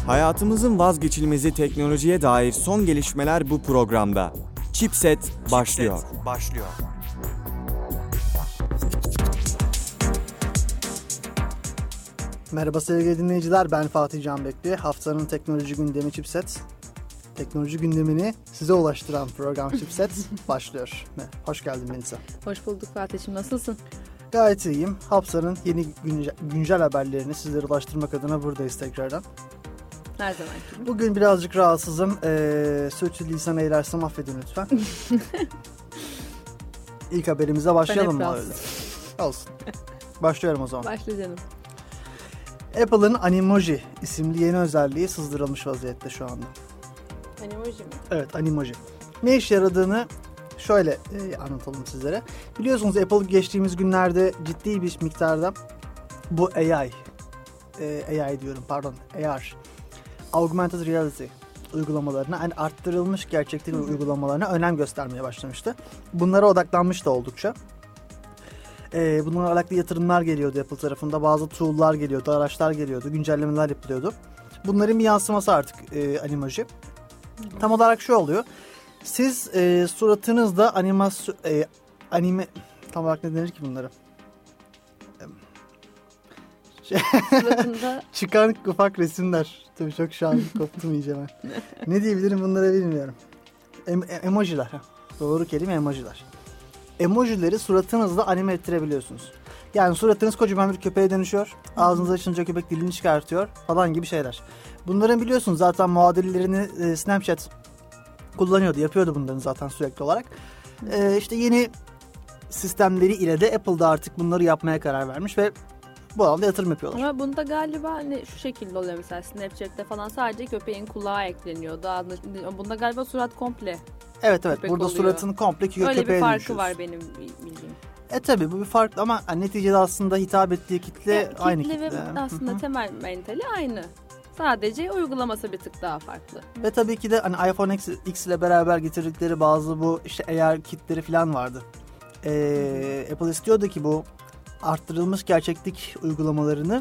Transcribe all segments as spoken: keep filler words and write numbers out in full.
Hayatımızın vazgeçilmezi teknolojiye dair son gelişmeler bu programda. Chipset başlıyor. Chipset başlıyor. Merhaba sevgili dinleyiciler, ben Fatih Canbekli. Haftanın teknoloji gündemi Chipset. Teknoloji gündemini size ulaştıran program Chipset başlıyor. Hoş geldin Melisa. Hoş bulduk Fatih'im, nasılsın? Gayet iyiyim. Haftanın yeni güncel, güncel haberlerini sizlere ulaştırmak adına buradayız tekrardan. Her zaman gibi. Bugün birazcık rahatsızım. Ee, Sürçülisan eylersem affedin lütfen. İlk haberimize başlayalım mı öyle? Olsun. Başlıyorum o zaman. Başla canım. Apple'ın Animoji isimli yeni özelliği sızdırılmış vaziyette şu anda. Animoji mi? Evet, Animoji. Ne işe yaradığını şöyle e, anlatalım sizlere. Biliyorsunuz Apple geçtiğimiz günlerde ciddi bir miktarda bu A I, e, A I diyorum pardon, A R, Augmented Reality uygulamalarına, yani arttırılmış gerçeklik uygulamalarına önem göstermeye başlamıştı. Bunlara odaklanmış da oldukça. E, bunlarla alakalı yatırımlar geliyordu Apple tarafında, bazı tool'lar geliyordu, araçlar geliyordu, güncellemeler yapılıyordu. Bunların bir yansıması artık e, Animoji. Tam olarak şu oluyor. Siz e, suratınızda animasyon, e, anime, tam olarak ne denir ki bunlara? Suratında... Çıkan ufak resimler. Tabii çok şu an koptum iyice ben. Ne diyebilirim bunlara bilmiyorum. Em, emojiler. Doğru kelime emojiler. Emojileri suratınızda anime ettirebiliyorsunuz. Yani suratınız kocaman bir köpeğe dönüşüyor. Ağzınızı açınca köpek dilini çıkartıyor falan gibi şeyler. Bunların biliyorsunuz zaten muadillerini e, Snapchat kullanıyordu. Yapıyordu bunların zaten sürekli olarak. E, işte yeni sistemleri ile de Apple'da artık bunları yapmaya karar vermiş ve bu alanda yatırım yapıyorlar. Ama bunda galiba hani şu şekilde oluyor, mesela Snapchat'te falan sadece köpeğin kulağı ekleniyor. Daha bunda galiba surat komple. Evet evet, Köpek burada oluyor. suratın komple köpeğe dönüşüyorsun. Öyle bir farkı dönüşüyorsun. var benim bildiğim. E tabi bu bir fark ama neticede aslında hitap ettiği kitle E, aynı kitle. kitle. Ve aslında Hı-hı. temel mentali aynı. Sadece uygulaması bir tık daha farklı. Ve tabii ki de hani iPhone X, X ile beraber getirdikleri bazı bu işte A R kitleri falan vardı. Ee, Apple istiyordu ki bu arttırılmış gerçeklik uygulamalarını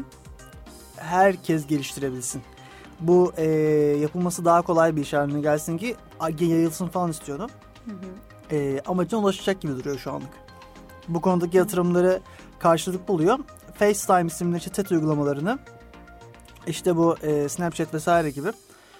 herkes geliştirebilsin. Bu e, yapılması daha kolay bir iş haline gelsin ki yayılsın falan istiyordu. Hı hı. E, amacına ulaşacak gibi duruyor şu anlık. Bu konudaki yatırımları karşılık buluyor. FaceTime isimli chat uygulamalarını işte bu e, Snapchat vesaire gibi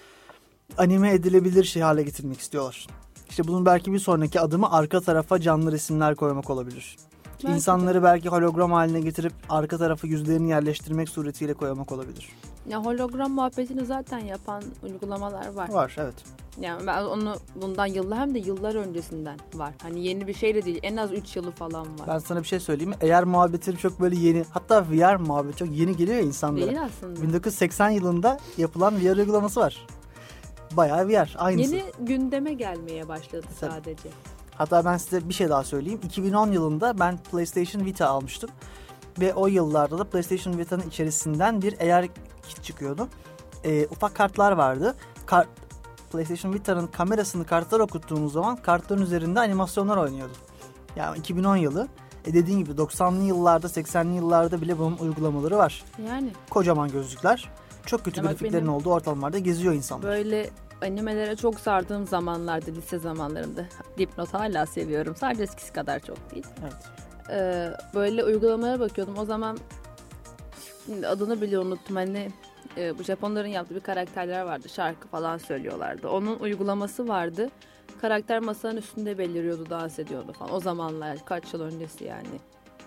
anime edilebilir şey hale getirmek istiyorlar. İşte bunun belki bir sonraki adımı arka tarafa canlı resimler koymak olabilir. Belki İnsanları de. belki hologram haline getirip arka tarafa yüzlerini yerleştirmek suretiyle koymak olabilir. Ya hologram muhabbetini zaten yapan uygulamalar var. Var evet. Yani ben onu bundan yıllar hem de yıllar öncesinden var. Hani yeni bir şey de değil. En az üç yılı falan var. Ben sana bir şey söyleyeyim mi? Eğer muhabbetleri çok böyle yeni, hatta V R muhabbeti çok yeni geliyor ya insanlara. Değil aslında. bin dokuz yüz seksen yılında yapılan V R uygulaması var. Bayağı V R aynısı. Yeni gündeme gelmeye başladı Tabii. sadece. Hatta ben size bir şey daha söyleyeyim. iki bin on yılında ben PlayStation Vita almıştım. Ve o yıllarda da PlayStation Vita'nın içerisinden bir A R kit çıkıyordu. Ee, ufak kartlar vardı. Kart, PlayStation Vita'nın kamerasını kartlara okuttuğumuz zaman kartların üzerinde animasyonlar oynuyordu. Yani iki bin on yılı. E dediğin gibi doksanlı yıllarda, seksenli yıllarda bile bunun uygulamaları var. Yani. Kocaman gözlükler. Çok kötü Ya bak grafiklerin benim olduğu ortamlarda geziyor insanlar. Böyle animelere çok sardığım zamanlarda, lise zamanlarımda, Dipnot hala seviyorum. Sadece eskisi kadar çok değil. Evet. Ee, böyle uygulamalara bakıyordum. O zaman şimdi adını bile unuttum. Hani e, bu Japonların yaptığı bir karakterler vardı. Şarkı falan söylüyorlardı. Onun uygulaması vardı. Karakter masanın üstünde beliriyordu, dans ediyordu falan. O zamanlar, kaç yıl öncesi yani.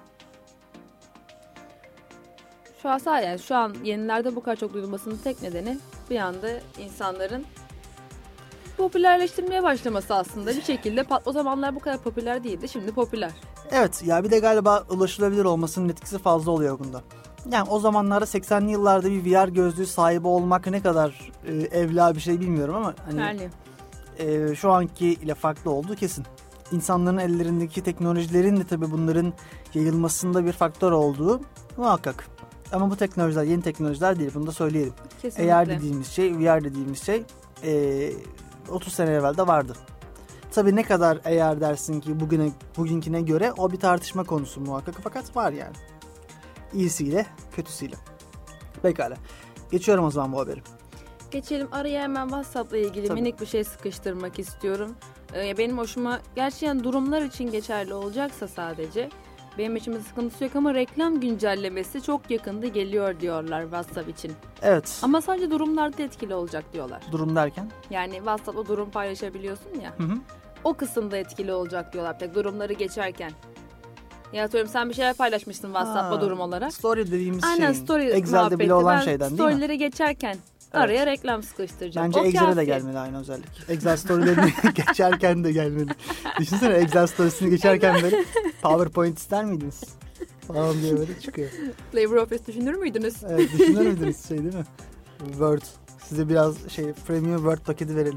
Şu an yani şu an yenilerde bu kadar çok duyulmasının tek nedeni bir anda insanların popülerleştirmeye başlaması aslında bir şekilde. O zamanlar bu kadar popüler değildi, şimdi popüler. Evet ya, bir de galiba ulaşılabilir olmasının etkisi fazla oluyor bunda. Yani o zamanlarda seksenli yıllarda bir V R gözlüğü sahibi olmak ne kadar e, evla bir şey bilmiyorum ama hani Yani. e, şu anki ile farklı olduğu kesin. İnsanların ellerindeki teknolojilerin de tabii bunların yayılmasında bir faktör olduğu muhakkak. Ama bu teknolojiler yeni teknolojiler değil, bunu da söyleyelim. Kesinlikle. A R dediğimiz şey, V R dediğimiz şey e, otuz sene evvel de vardı. Tabii ne kadar A R dersin ki bugüne bugünkine göre o bir tartışma konusu muhakkak, fakat var yani. İyisiyle, kötüsüyle. Pekala. Geçiyorum o zaman bu haberi. Geçelim araya, hemen WhatsApp'la ilgili Tabii. minik bir şey sıkıştırmak istiyorum. Ee, benim hoşuma, gerçi yani durumlar için geçerli olacaksa sadece, benim için bir sıkıntısı yok ama reklam güncellemesi çok yakında geliyor diyorlar WhatsApp için. Evet. Ama sadece durumlarda etkili olacak diyorlar. Durum derken? Yani WhatsApp'ta durum paylaşabiliyorsun ya. Hı hı. O kısımda etkili olacak diyorlar. Tek durumları geçerken. Ya atıyorum sen bir şeyler paylaşmışsın WhatsApp'ta Ha, durum olarak. Story dediğimiz Aynen, şeyin. story Excel'de muhabbeti. bile olan Ben şeyden değil mi? storyleri geçerken araya reklam sıkıştıracağım. Bence O Excel'e de kafi. gelmeli aynı özellik. Excel storylerini geçerken de gelmeli. Düşünsene Excel storiesini geçerken böyle PowerPoint ister miydiniz? Falan diye böyle çıkıyor. LibreOffice düşünür müydünüz? Evet, düşünür müydünüz şey değil mi? Word. Size biraz şey premium Word paketi verelim.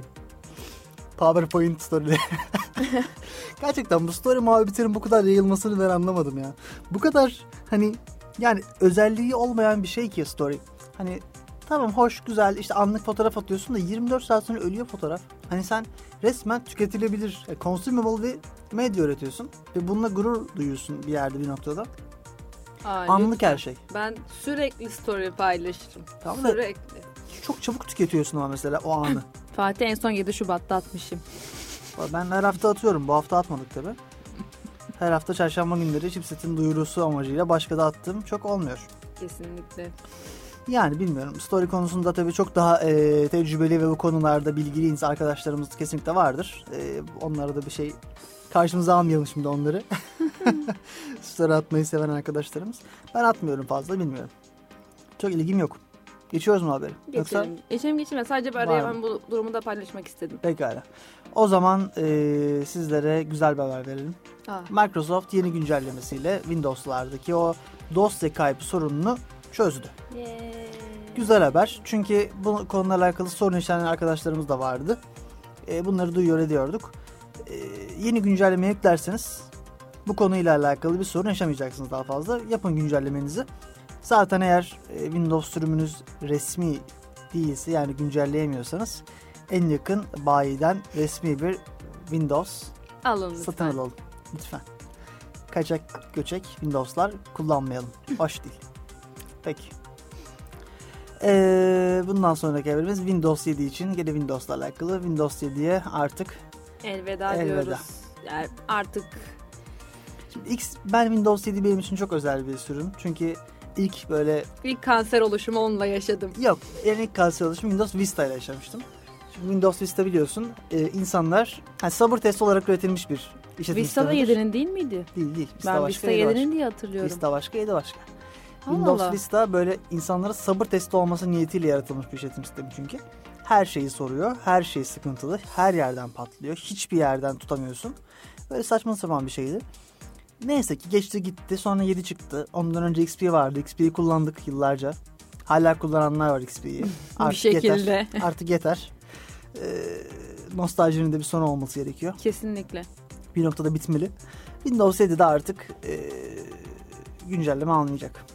PowerPoint storyleri. Gerçekten bu story muhabbetinin bu kadar yayılmasını ben anlamadım ya. Bu kadar hani yani özelliği olmayan bir şey ki story. Hani tamam hoş güzel işte anlık fotoğraf atıyorsun da yirmi dört saat sonra ölüyor fotoğraf. Hani sen resmen tüketilebilir, e, consumable bir medya üretiyorsun ve bununla gurur duyuyorsun bir yerde bir noktada. Aa, Anlık lütfen. her şey. Ben sürekli story paylaşırım. Tamam da- Sürekli. Çok çabuk tüketiyorsun ama mesela o anı. Fatih en son yedi Şubat'ta atmışım. Ben her hafta atıyorum. Bu hafta atmadık tabii. Her hafta çarşamba günleri Chipset'in duyurusu amacıyla başka da attığım çok olmuyor. Kesinlikle. Yani bilmiyorum. Story konusunda tabii çok daha e, tecrübeli ve bu konularda bilgili insan arkadaşlarımız kesinlikle vardır. E, onlara da bir şey karşımıza almayalım şimdi onları. Story atmayı seven arkadaşlarımız. Ben atmıyorum fazla, bilmiyorum. Çok ilgim yok. Geçiyoruz mu haberi? Yoksa Geçelim. Geçelim geçelim. Sadece bir Var araya mı? ben bu durumu da paylaşmak istedim. pekala. O zaman e, sizlere güzel bir haber verelim. Aa, Microsoft yeni güncellemesiyle Windows'lardaki o dosya kaybı sorununu çözdü. yeah. Güzel haber. Çünkü bu konuyla alakalı sorun yaşayan arkadaşlarımız da vardı. E, bunları duyuyor ediyorduk. E, yeni güncelleme yüklerseniz bu konuyla alakalı bir sorun yaşamayacaksınız daha fazla. Yapın güncellemenizi. Zaten eğer e, Windows sürümünüz resmi değilse, yani güncelleyemiyorsanız, en yakın bayiden resmi bir Windows Alın lütfen. satın alalım. Lütfen. Kaçak göçek Windows'lar kullanmayalım. Hoş değil. Peki. Ee, bundan sonraki haberimiz Windows yedi için. Gene Windows'la alakalı. Windows yediye artık Elveda, Elveda. diyoruz. Yani artık şimdi X, ben Windows yedi benim için çok özel bir sürüm. Çünkü ilk böyle ilk kanser oluşumu onunla yaşadım. yok. En ilk kanser oluşumu Windows Vista ile yaşamıştım. Şimdi Windows Vista biliyorsun e, insanlar yani sabır testi olarak üretilmiş bir işletim Vista da sistemidir. yedinin değil miydi? Değil değil. Vista Ben başka, Vista yedi başka. yedinin diye hatırlıyorum. Vista başka, yedi başka. Allah Windows Allah. Vista böyle insanlara sabır testi olması niyetiyle yaratılmış bir işletim sistemi çünkü. Her şeyi soruyor, her şey sıkıntılı, her yerden patlıyor, hiçbir yerden tutamıyorsun. Böyle saçma sapan bir şeydi. Neyse ki geçti gitti, sonra yedi çıktı. Ondan önce X P vardı, X P'yi kullandık yıllarca. Hala kullananlar var X P'yi. Bir şekilde. Yeter. Artık yeter. Ee, nostaljinin de bir sonu olması gerekiyor. Kesinlikle. Bir noktada bitmeli. Windows yedide artık e, güncelleme almayacak.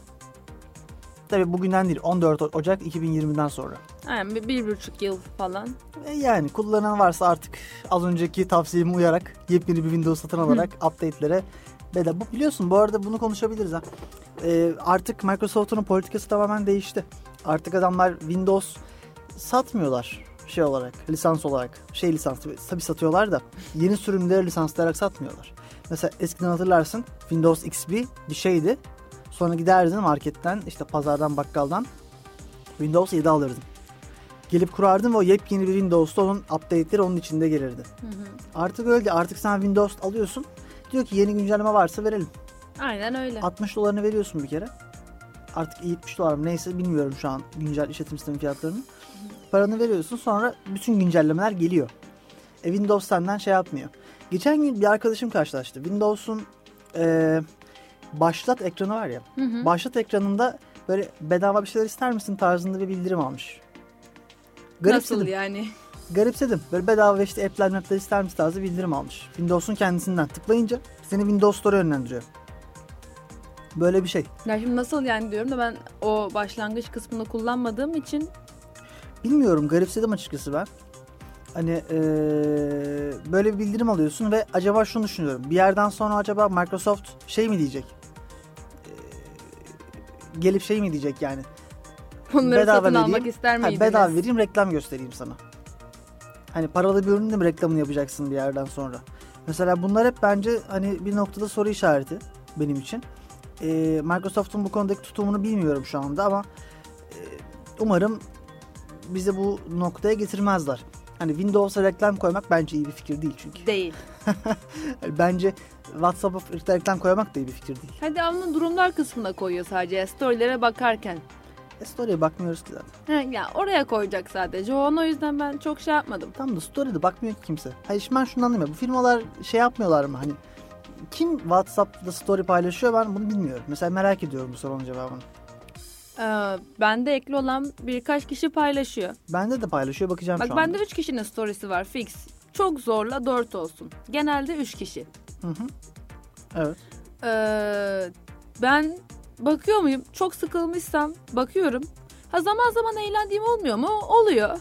Tabii bugünden değil, on dört Ocak iki bin yirmiden sonra. Yani bir, bir buçuk yıl falan. E yani kullanan varsa artık az önceki tavsiyeme uyarak yepyeni bir Windows satın alarak update'lere bedava. Bu biliyorsun, bu arada bunu konuşabiliriz ha. E, artık Microsoft'un politikası tamamen değişti. Artık adamlar Windows satmıyorlar şey olarak, lisans olarak. Şey lisans tabii satıyorlar da yeni sürümleri lisanslayarak satmıyorlar. Mesela eskiden hatırlarsın Windows X P bir şeydi. Sonra giderdin marketten, işte pazardan, bakkaldan Windows yedi alırdın. Gelip kurardın ve o yepyeni bir Windows'ta onun update'leri onun içinde gelirdi. Hı hı. Artık öyle değil. Artık sen Windows alıyorsun. Diyor ki yeni güncelleme varsa verelim. Aynen öyle. altmış dolarını veriyorsun bir kere. Artık yetmiş dolar mı neyse bilmiyorum şu an güncel işletim sistemi fiyatlarını. Paranı veriyorsun, sonra bütün güncellemeler geliyor. E, Windows senden şey yapmıyor. Geçen gün bir arkadaşım karşılaştı. Windows'un e, başlat ekranı var ya. Hı hı. Başlat ekranında böyle bedava bir şeyler ister misin tarzında bir bildirim almış. Garipsedim. Nasıl yani? Garipsedim. Böyle bedava işte app'ler map'ler ister misin tarzı bildirim almış. Windows'un kendisinden tıklayınca seni Windows Store'a yönlendiriyor. Böyle bir şey. Ya şimdi nasıl yani diyorum da ben o başlangıç kısmını kullanmadığım için Bilmiyorum, garipsedim açıkçası ben. Hani ee, böyle bir bildirim alıyorsun ve acaba şunu düşünüyorum. Bir yerden sonra acaba Microsoft şey mi diyecek? Ee, gelip şey mi diyecek yani? Bunları bedava satın vereyim. almak ister Ha, miydiniz? bedava vereyim, reklam göstereyim sana. Hani paralı bir ürünün de mi reklamını yapacaksın bir yerden sonra? Mesela bunlar hep bence hani bir noktada soru işareti benim için. Ee, Microsoft'un bu konudaki tutumunu bilmiyorum şu anda ama e, umarım bizi bu noktaya getirmezler. Hani Windows'a reklam koymak bence iyi bir fikir değil çünkü. Değil. Bence WhatsApp'a reklam koymak da iyi bir fikir değil. Hadi ama durumlar kısmına koyuyor sadece. Storylere bakarken. E, story'e bakmıyoruz ki zaten. He, ya oraya koyacak sadece. Onu o yüzden ben çok şey yapmadım. Tam da story'de bakmıyor ki kimse. Hayır şimdi ben şunu anlamıyorum. Bu firmalar şey yapmıyorlar mı? Hani kim WhatsApp'ta story paylaşıyor, ben bunu bilmiyorum. Mesela merak ediyorum bu sorunun cevabını. Ee, bende ekli olan birkaç kişi paylaşıyor. Bende de paylaşıyor, bakacağım Bak şu anda. bende üç kişinin storiesi var fix. Çok zorla dört olsun. Genelde üç kişi. Hı hı. Evet. Ee, ben bakıyor muyum? Çok sıkılmışsam bakıyorum. Ha zaman zaman eğlendiğim olmuyor mu? Oluyor.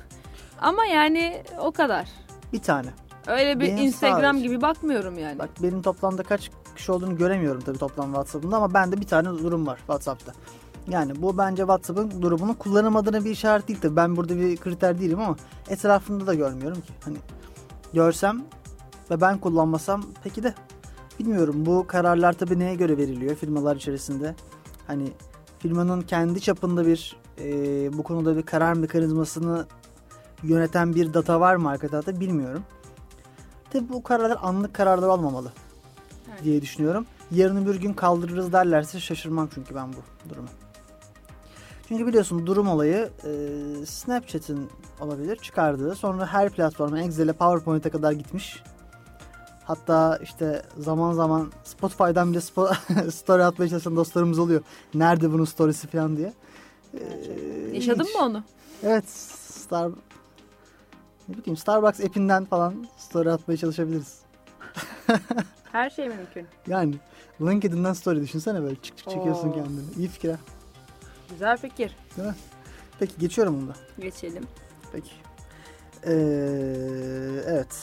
Ama yani o kadar. Bir tane. Öyle bir Benim Instagram sadece. gibi bakmıyorum yani. Bak benim toplamda kaç kişi olduğunu göremiyorum tabii toplam WhatsApp'ımda ama bende bir tane durum var WhatsApp'ta. Yani bu bence WhatsApp'ın durumunu kullanamadığına bir işaret değil tabii. Ben burada bir kriter değilim ama etrafında da görmüyorum ki. Hani görsem ve ben kullanmasam peki de bilmiyorum. Bu kararlar tabii neye göre veriliyor firmalar içerisinde? Hani firmanın kendi çapında bir e, bu konuda bir karar mekanizmasını yöneten bir data var mı arka tarafta bilmiyorum. Tabii bu kararlar anlık kararlar olmamalı Evet. diye düşünüyorum. Yarın öbür gün kaldırırız derlerse şaşırmam çünkü ben bu durumu. Çünkü biliyorsun durum olayı e, Snapchat'in olabilir çıkardığı, sonra her platforma Excel'e PowerPoint'e kadar gitmiş. Hatta işte zaman zaman Spotify'dan bile spo- story atmaya çalışan dostlarımız oluyor. Nerede bunun story'si falan diye. Ee, Yaşadın ilginç. mı onu? Evet. Star ne bileyim Starbucks app'inden falan story atmaya çalışabiliriz. Her şey mümkün. Yani LinkedIn'den story düşünsene böyle çık çık çekiyorsun Oo. kendini. İyi fikir ha. Güzel fikir. Değil mi? Peki geçiyorum bunu da. Geçelim. Peki. Ee, evet.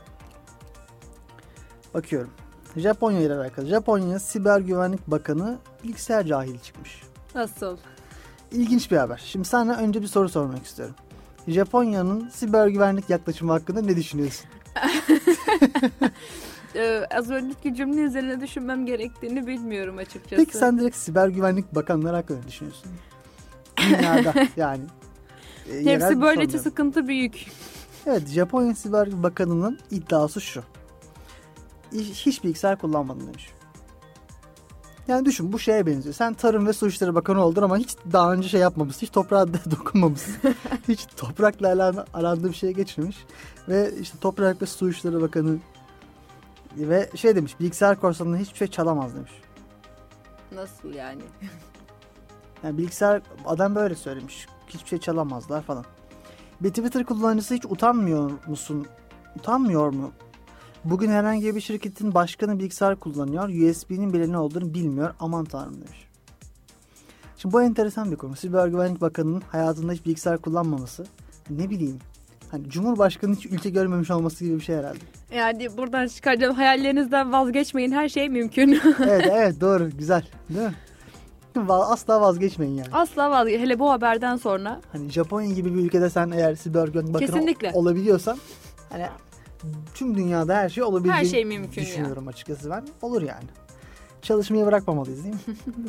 Bakıyorum. Japonya ile alakalı. Japonya Siber Güvenlik Bakanı bilgisayar cahili çıkmış. Nasıl? İlginç bir haber. Şimdi sana önce bir soru sormak istiyorum. Japonya'nın siber güvenlik yaklaşımı hakkında ne düşünüyorsun? Ee, az önceki cümle üzerine düşünmem gerektiğini bilmiyorum açıkçası. Peki sen direkt siber güvenlik bakanları hakkında ne düşünüyorsun? Dünyada yani. E, yerel Hepsi bir böylece sorun. sıkıntı büyük. Evet, Japonya Siber Bakanı'nın iddiası şu. Hiç, hiç bilgisayar kullanmadım demiş. Yani düşün, bu şeye benziyor. Sen Tarım ve Su İşleri Bakanı oldun ama hiç daha önce şey yapmamışsın. Hiç toprağa dokunmamışsın. Hiç toprakla alan, alanda bir şeye geçmemiş. Ve işte Toprak ve Su İşleri Bakanı ve şey demiş, bilgisayar korsanından hiçbir şey çalamaz demiş. Nasıl yani? Yani bilgisayar, adam böyle söylemiş. Hiçbir şey çalamazlar falan. Bir Twitter kullanıcısı hiç utanmıyor musun? Utanmıyor mu? Bugün herhangi bir şirketin başkanı bilgisayar kullanıyor. U S B'nin bile ne olduğunu bilmiyor. Aman tanrım demiş. Şimdi bu enteresan bir konu. Siber Güvenlik Bakanı'nın hayatında hiç bilgisayar kullanmaması. Ne bileyim. Hani Cumhurbaşkanı'nın hiç ülke görmemiş olması gibi bir şey herhalde. Yani buradan çıkaracağım, hayallerinizden vazgeçmeyin, her şey mümkün. Evet evet doğru, güzel değil mi? Asla vazgeçmeyin yani. Asla vazgeç. Hele bu haberden sonra. Hani Japonya gibi bir ülkede sen eğer siber güvenlik bakanı Kesinlikle. olabiliyorsan hani tüm dünyada her şey olabileceğini Her şey mümkün ya. düşünüyorum açıkçası ben. Olur yani. Çalışmayı bırakmamalıyız değil mi?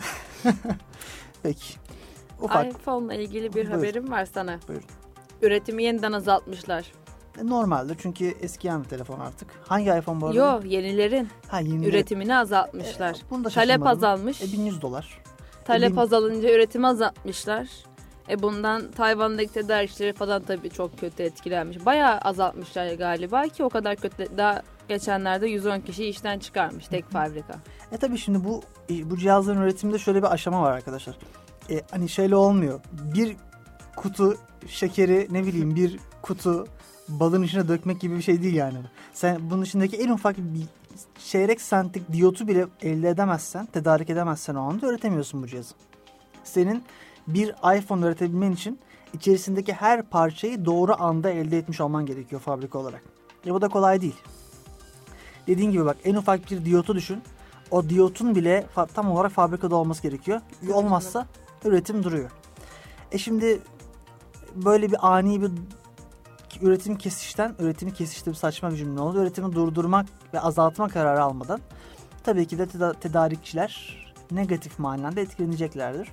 Peki. Ufak. iPhone'la ilgili bir Buyur. haberim var sana. Buyurun. Üretimi yeniden azaltmışlar. E, Normaldir çünkü eskiyen bir telefon artık. Hangi iPhone bu arada? Yo, yenilerin Ha, yeni üretimini azaltmışlar. E, bunu da Talep şaşırmadım. azalmış. E, bin yüz dolar. Talep bin- azalınca üretimi azaltmışlar. E bundan Tayvan'daki tedarikçileri falan tabii çok kötü etkilenmiş. Bayağı azaltmışlar galiba ki o kadar kötü. Daha geçenlerde yüz on kişi işten çıkarmış tek fabrika. E tabii şimdi bu e, bu cihazların üretiminde şöyle bir aşama var arkadaşlar. E, hani şeyle olmuyor. Bir kutu şekeri, ne bileyim bir kutu balın içine dökmek gibi bir şey değil yani. Sen bunun içindeki en ufak bir çeyrek santik diyotu bile elde edemezsen, tedarik edemezsen o anda üretemiyorsun bu cihazı. Senin bir iPhone üretebilmen için içerisindeki her parçayı doğru anda elde etmiş olman gerekiyor fabrika olarak. E bu da kolay değil. Dediğin gibi bak, en ufak bir diyotu düşün. O diyotun bile fa- tam olarak fabrikada olması gerekiyor. Olmazsa üretim duruyor. E şimdi böyle bir ani bir üretim kesişten, üretimi kesişte bir saçma bir cümle oldu. Üretimi durdurmak ve azaltma kararı almadan tabii ki de teda- tedarikçiler negatif manada etkileneceklerdir.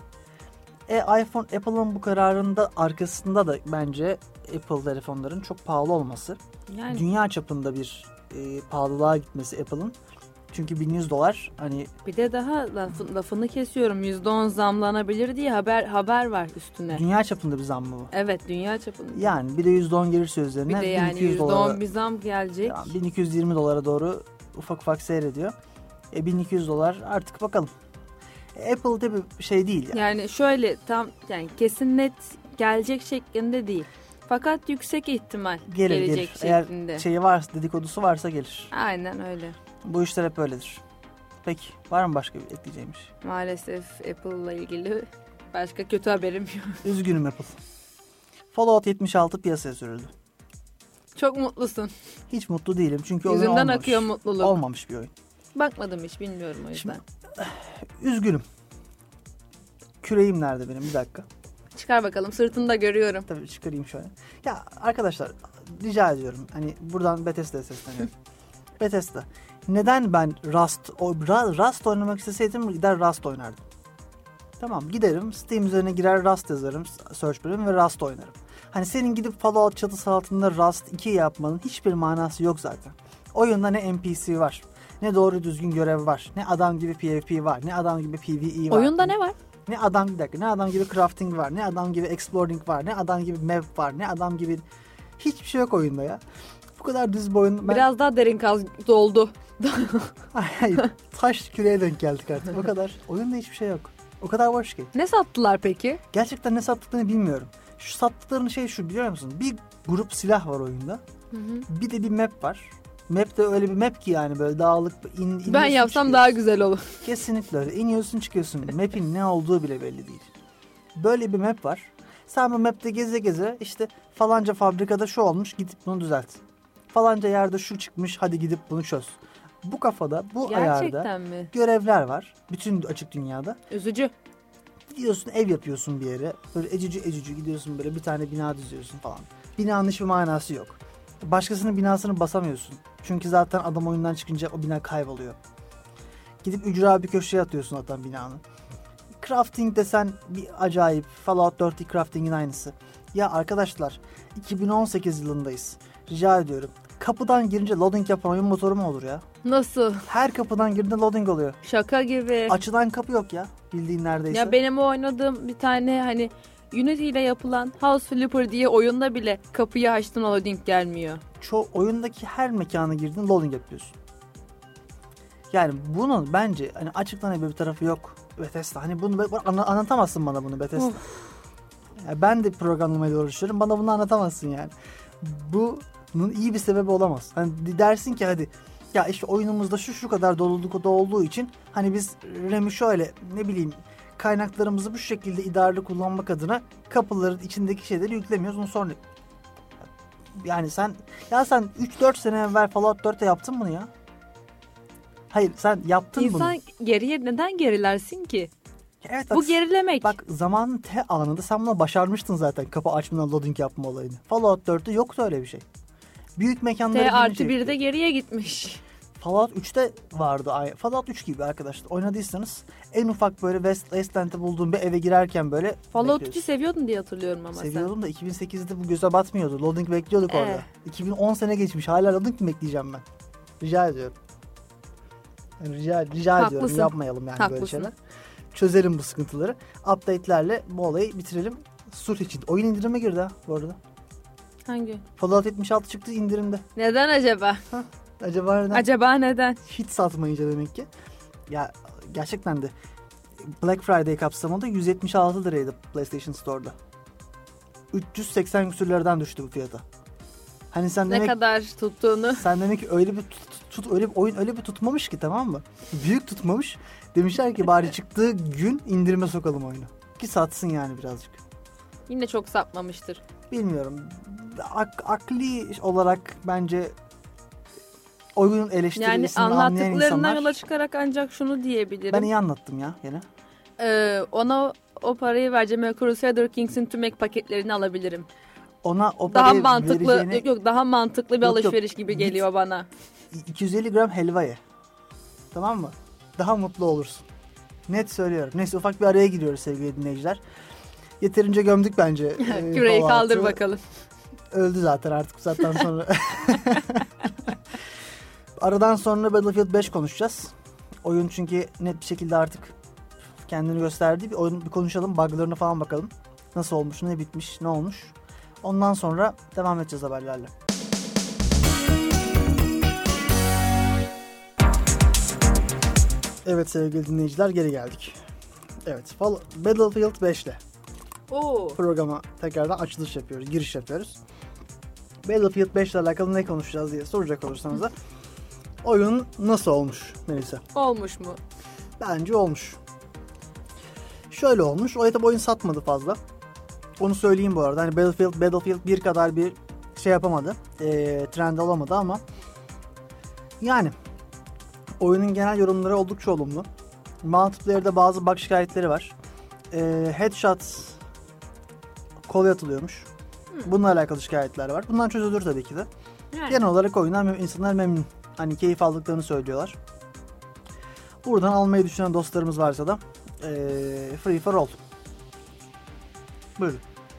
E iPhone, Apple'ın bu kararında arkasında da bence Apple telefonların çok pahalı olması. Yani Dünya çapında bir e, pahalılığa gitmesi Apple'ın. Çünkü bin yüz dolar hani bir de daha lafı, lafını kesiyorum. yüzde on zamlanabilir diye haber haber var üstüne. dünya çapında bir zam mı bu? Evet, dünya çapında. Yani bir de yüzde on gelirse üzerine bir de yani bin iki yüz yüzde on dolara, bir zam gelecek. yani bin iki yüz yirmi dolara doğru ufak ufak seyrediyor. E bin iki yüz dolar artık bakalım. E, Apple tabii şey değil yani. Yani şöyle tam yani kesin net gelecek şeklinde değil. Fakat yüksek ihtimal Gelir gelecek gelir. Eğer şeklinde. şeyi varsa, dedikodusu varsa gelir. Aynen öyle. Bu işler hep öyledir. Peki var mı başka bir ekleyeceğim şey? Maalesef Apple'la ilgili başka kötü haberim yok. Üzgünüm Apple. Fallout yetmiş altı piyasaya sürüldü. Çok mutlusun. Hiç mutlu değilim çünkü oyun Yüzünden olmamış. akıyor mutluluk. Olmamış bir oyun. Bakmadım hiç, bilmiyorum o yüzden. Üzgünüm. Küreğim nerede benim? Bir dakika. Çıkar bakalım, sırtını da görüyorum. Tabii çıkarayım şöyle. Ya arkadaşlar rica ediyorum. Hani buradan Bethesda'ya sesleniyorum. Bethesda. Neden ben Rust, o, Rust oynamak isteseydim gider Rust oynardım. Tamam, giderim Steam üzerine girer Rust yazarım. Search bölüm ve Rust oynarım. Hani senin gidip Fallout çatısı altında Rust iki yapmanın hiçbir manası yok zaten. Oyunda ne N P C var, ne doğru düzgün görev var, ne adam gibi P V P var, ne adam gibi P V E var. Oyunda ne var? Ne adam bir dakika, ne adam gibi crafting var, ne adam gibi exploring var, ne adam gibi map var, ne adam gibi hiçbir şey yok oyunda ya. Bu kadar düz bir oyun. Ben... Biraz daha derin kaz doldu. Hayır, taş küreye denk geldik artık. O kadar. Oyunda hiçbir şey yok. O kadar boş ki. Ne sattılar peki? Gerçekten ne sattıklarını bilmiyorum. Şu sattıklarını şey şu, biliyor musun? Bir grup silah var oyunda. Hı hı. Bir de bir map var. Map de öyle bir map ki yani böyle dağlık. In, Ben yapsam daha güzel olur. Kesinlikle öyle. İniyorsun çıkıyorsun. Map'in ne olduğu bile belli değil. Böyle bir map var. Sen bu map'te geze geze işte falanca fabrikada şu olmuş, gidip bunu düzelt. Falanca yerde şu çıkmış, hadi gidip bunu çöz. Bu kafada, bu Gerçekten ayarda mi? görevler var. Bütün açık dünyada. Üzücü. Gidiyorsun, ev yapıyorsun bir yere. Böyle ecücü ecücü gidiyorsun, böyle bir tane bina düzüyorsun falan. Binanın hiçbir manası yok. Başkasının binasını basamıyorsun. Çünkü zaten adam oyundan çıkınca o bina kayboluyor. Gidip ücra bir köşeye atıyorsun zaten binanın. Crafting desen bir acayip. Fallout dört crafting'in aynısı. Ya arkadaşlar, iki bin on sekiz yılındayız. Rica ediyorum. Kapıdan girince loading yapan oyun motoru mu olur ya? Nasıl? Her kapıdan girdiğinde loading oluyor. Şaka gibi. Açılan kapı yok ya. Bildiğin neredeyse. Ya benim o oynadığım bir tane hani Unity ile yapılan House Flipper diye oyunda bile kapıyı açtın, loading gelmiyor. Çoğu oyundaki her mekana girdiğinde loading yapıyorsun. Yani bunun bence hani açıklanabilir bir tarafı yok Bethesda. Hani bunu anla, anlatamazsın bana bunu Bethesda. Yani ben de programlamayla uğraşıyorum. Bana bunu anlatamazsın yani. Bunun iyi bir sebebi olamaz. Hani dersin ki hadi ya işte oyunumuzda şu şu kadar doluluk da olduğu için hani biz R A M'i şöyle ne bileyim kaynaklarımızı bu şekilde idareli kullanmak adına kapıların içindeki şeyleri yüklemiyoruz. Onu sonra yani sen ya sen üç dört sene evvel Fallout dörtte yaptın bunu ya. Hayır sen yaptın İnsan bunu. İnsan geriye neden gerilersin ki? Evet, bak, bu gerilemek. Bak zamanın T anında sen bunu başarmıştın zaten, kapı açmadan loading yapma olayını. Fallout dörtte yoktu öyle bir şey. Büyük mekanlara T artı girince- birde geriye gitmiş. Fallout üçte vardı. Fallout üç gibi arkadaşlar. Oynadıysanız en ufak böyle West Westland'de bulduğum bir eve girerken böyle Fallout üçü bekliyorsun. seviyordun diye hatırlıyorum ama Seviyordum da iki bin sekizde bu göze batmıyordu. Loading bekliyorduk Ee. orada. iki bin on sene geçmiş. Hala loading mi bekleyeceğim ben? Rica ediyorum. Yani rica rica Haklısın. ediyorum. Yapmayalım yani Haklısın. böyle şeyler. Çözelim bu sıkıntıları. Update'lerle bu olayı bitirelim. Sulh için. Oyun indirime girdi ha bu arada. sen. Hangi? Fallout yetmiş altı çıktı indirimde. Neden acaba? Acaba neden? Acaba neden? Hiç satmayınca demek ki. Ya gerçekten de Black Friday kapsamında yüz yetmiş altı liraydı PlayStation Store'da. üç yüz seksen küsürlerden düştü bu fiyata. Hani sen Ne demek kadar tuttuğunu. sen demek ki öyle bir tut, tut öyle bir oyun öyle bir tutmamış ki, tamam mı? Büyük tutmamış. Demişler ki bari çıktığı gün indirime sokalım oyunu. Ki satsın yani birazcık. Yine çok sapmamıştır. Bilmiyorum. Ak, akli olarak bence oyunun Yani eleştirilmesini anlayan anlattıklarından insanlar... yola çıkarak ancak şunu diyebilirim. Ben iyi anlattım ya gene. Ee, ona o parayı vereceğim ve Crusader Kings'in tüm ek paketlerini alabilirim. Ona o Daha parayı mantıklı vereceğine... yok, yok daha mantıklı bir Yok, yok. alışveriş gibi geliyor Git. bana. iki yüz elli gram helva ye. Tamam mı? Daha mutlu olursun. Net söylüyorum. Neyse ufak bir araya giriyoruz sevgili dinleyiciler. Yeterince gömdük bence. e, Küreyi Fallout'u. kaldır bakalım. Öldü zaten artık zaten sonra. Aradan sonra Battlefield beş konuşacağız. Oyun çünkü net bir şekilde artık kendini gösterdi. Bir oyun bir konuşalım. Bug'larına falan bakalım. Nasıl olmuş, ne bitmiş, ne olmuş. Ondan sonra devam edeceğiz haberlerle. Evet sevgili dinleyiciler geri geldik. Evet Battlefield beş ile Oo. programa tekrardan açılış yapıyoruz, giriş yapıyoruz. Battlefield beş ile alakalı ne konuşacağız diye soracak olursanız da oyun nasıl olmuş Melisa? Olmuş mu? Bence olmuş. Şöyle olmuş, o tabi oyun satmadı fazla. Onu söyleyeyim bu arada. Hani Battlefield, Battlefield bir kadar bir şey yapamadı, e, trend alamadı ama yani oyunun genel yorumları oldukça olumlu. Multiplayer'da bazı bug şikayetleri var. E, headshot kolay atılıyormuş. Hmm. Bununla alakalı şikayetler var. Bundan çözülür tabii ki de. Yani. Genel olarak oyundan insanlar memnun. Hani keyif aldıklarını söylüyorlar. Buradan almayı düşünen dostlarımız varsa da e, free for all. Buyurun.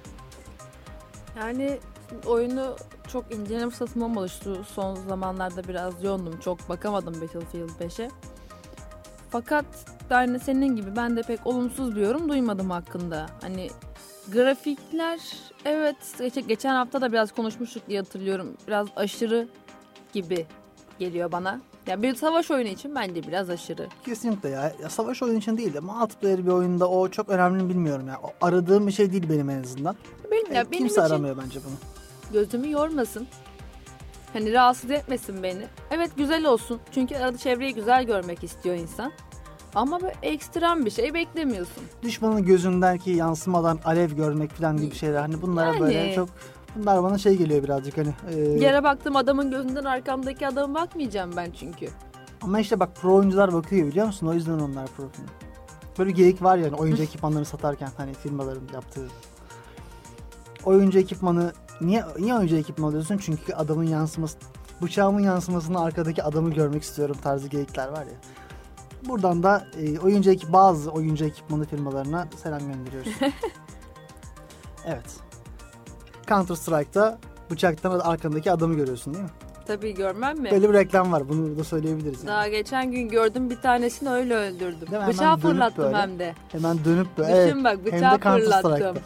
Yani oyunu çok inceleme fırsatım olmadı. Şu son zamanlarda biraz yoğundum. Çok bakamadım Battlefield beşe. Fakat yani senin gibi ben de pek olumsuz bir yorum duymadım hakkında. Hani grafikler evet geçen hafta da biraz konuşmuştuk diye hatırlıyorum. Biraz aşırı gibi geliyor bana. Yani bir savaş oyunu için bence biraz aşırı. Kesinlikle ya. ya. Savaş oyunu için değil de multiplayer bir oyunda o çok önemli mi bilmiyorum ya. O aradığım bir şey değil benim en azından. Benim, ya E, benim kimse için aramıyor bence bunu. gözümü yormasın. Hani rahatsız etmesin beni. Evet güzel olsun. Çünkü arada çevreyi güzel görmek istiyor insan. Ama böyle ekstrem bir şey beklemiyorsun. Düşmanın gözündeki yansımadan alev görmek falan gibi şeyler. Hani bunlara Yani. böyle çok... Bunlar bana şey geliyor birazcık hani. E, Yere baktım adamın gözünden arkamdaki adama bakmayacağım ben çünkü. Ama işte bak pro oyuncular bakıyor biliyor musun? O yüzden onlar pro. Böyle bir geyik var yani oyuncu ekipmanlarını satarken hani firmaların yaptığı. Oyuncu ekipmanı niye niye oyuncu ekipmanı alıyorsun? Çünkü adamın yansıması, bıçağımın yansımasını arkadaki adamı görmek istiyorum tarzı geyikler var ya. Buradan da e, oyuncu ekip bazı oyuncu ekipmanı firmalarına selam gönderiyoruz. Evet. Counter Strike'da bıçaktan arkandaki adamı görüyorsun değil mi? Tabii görmem mi? Böyle bir reklam var. Bunu burada söyleyebiliriz. Yani. Daha geçen gün gördüm bir tanesini öyle öldürdüm. Değil mi? Bıçağı Hemen dönüp fırlattım böyle. hem de. Hemen dönüp böyle. Düşün Evet. bak Hem de bıçağı Counter fırlattım.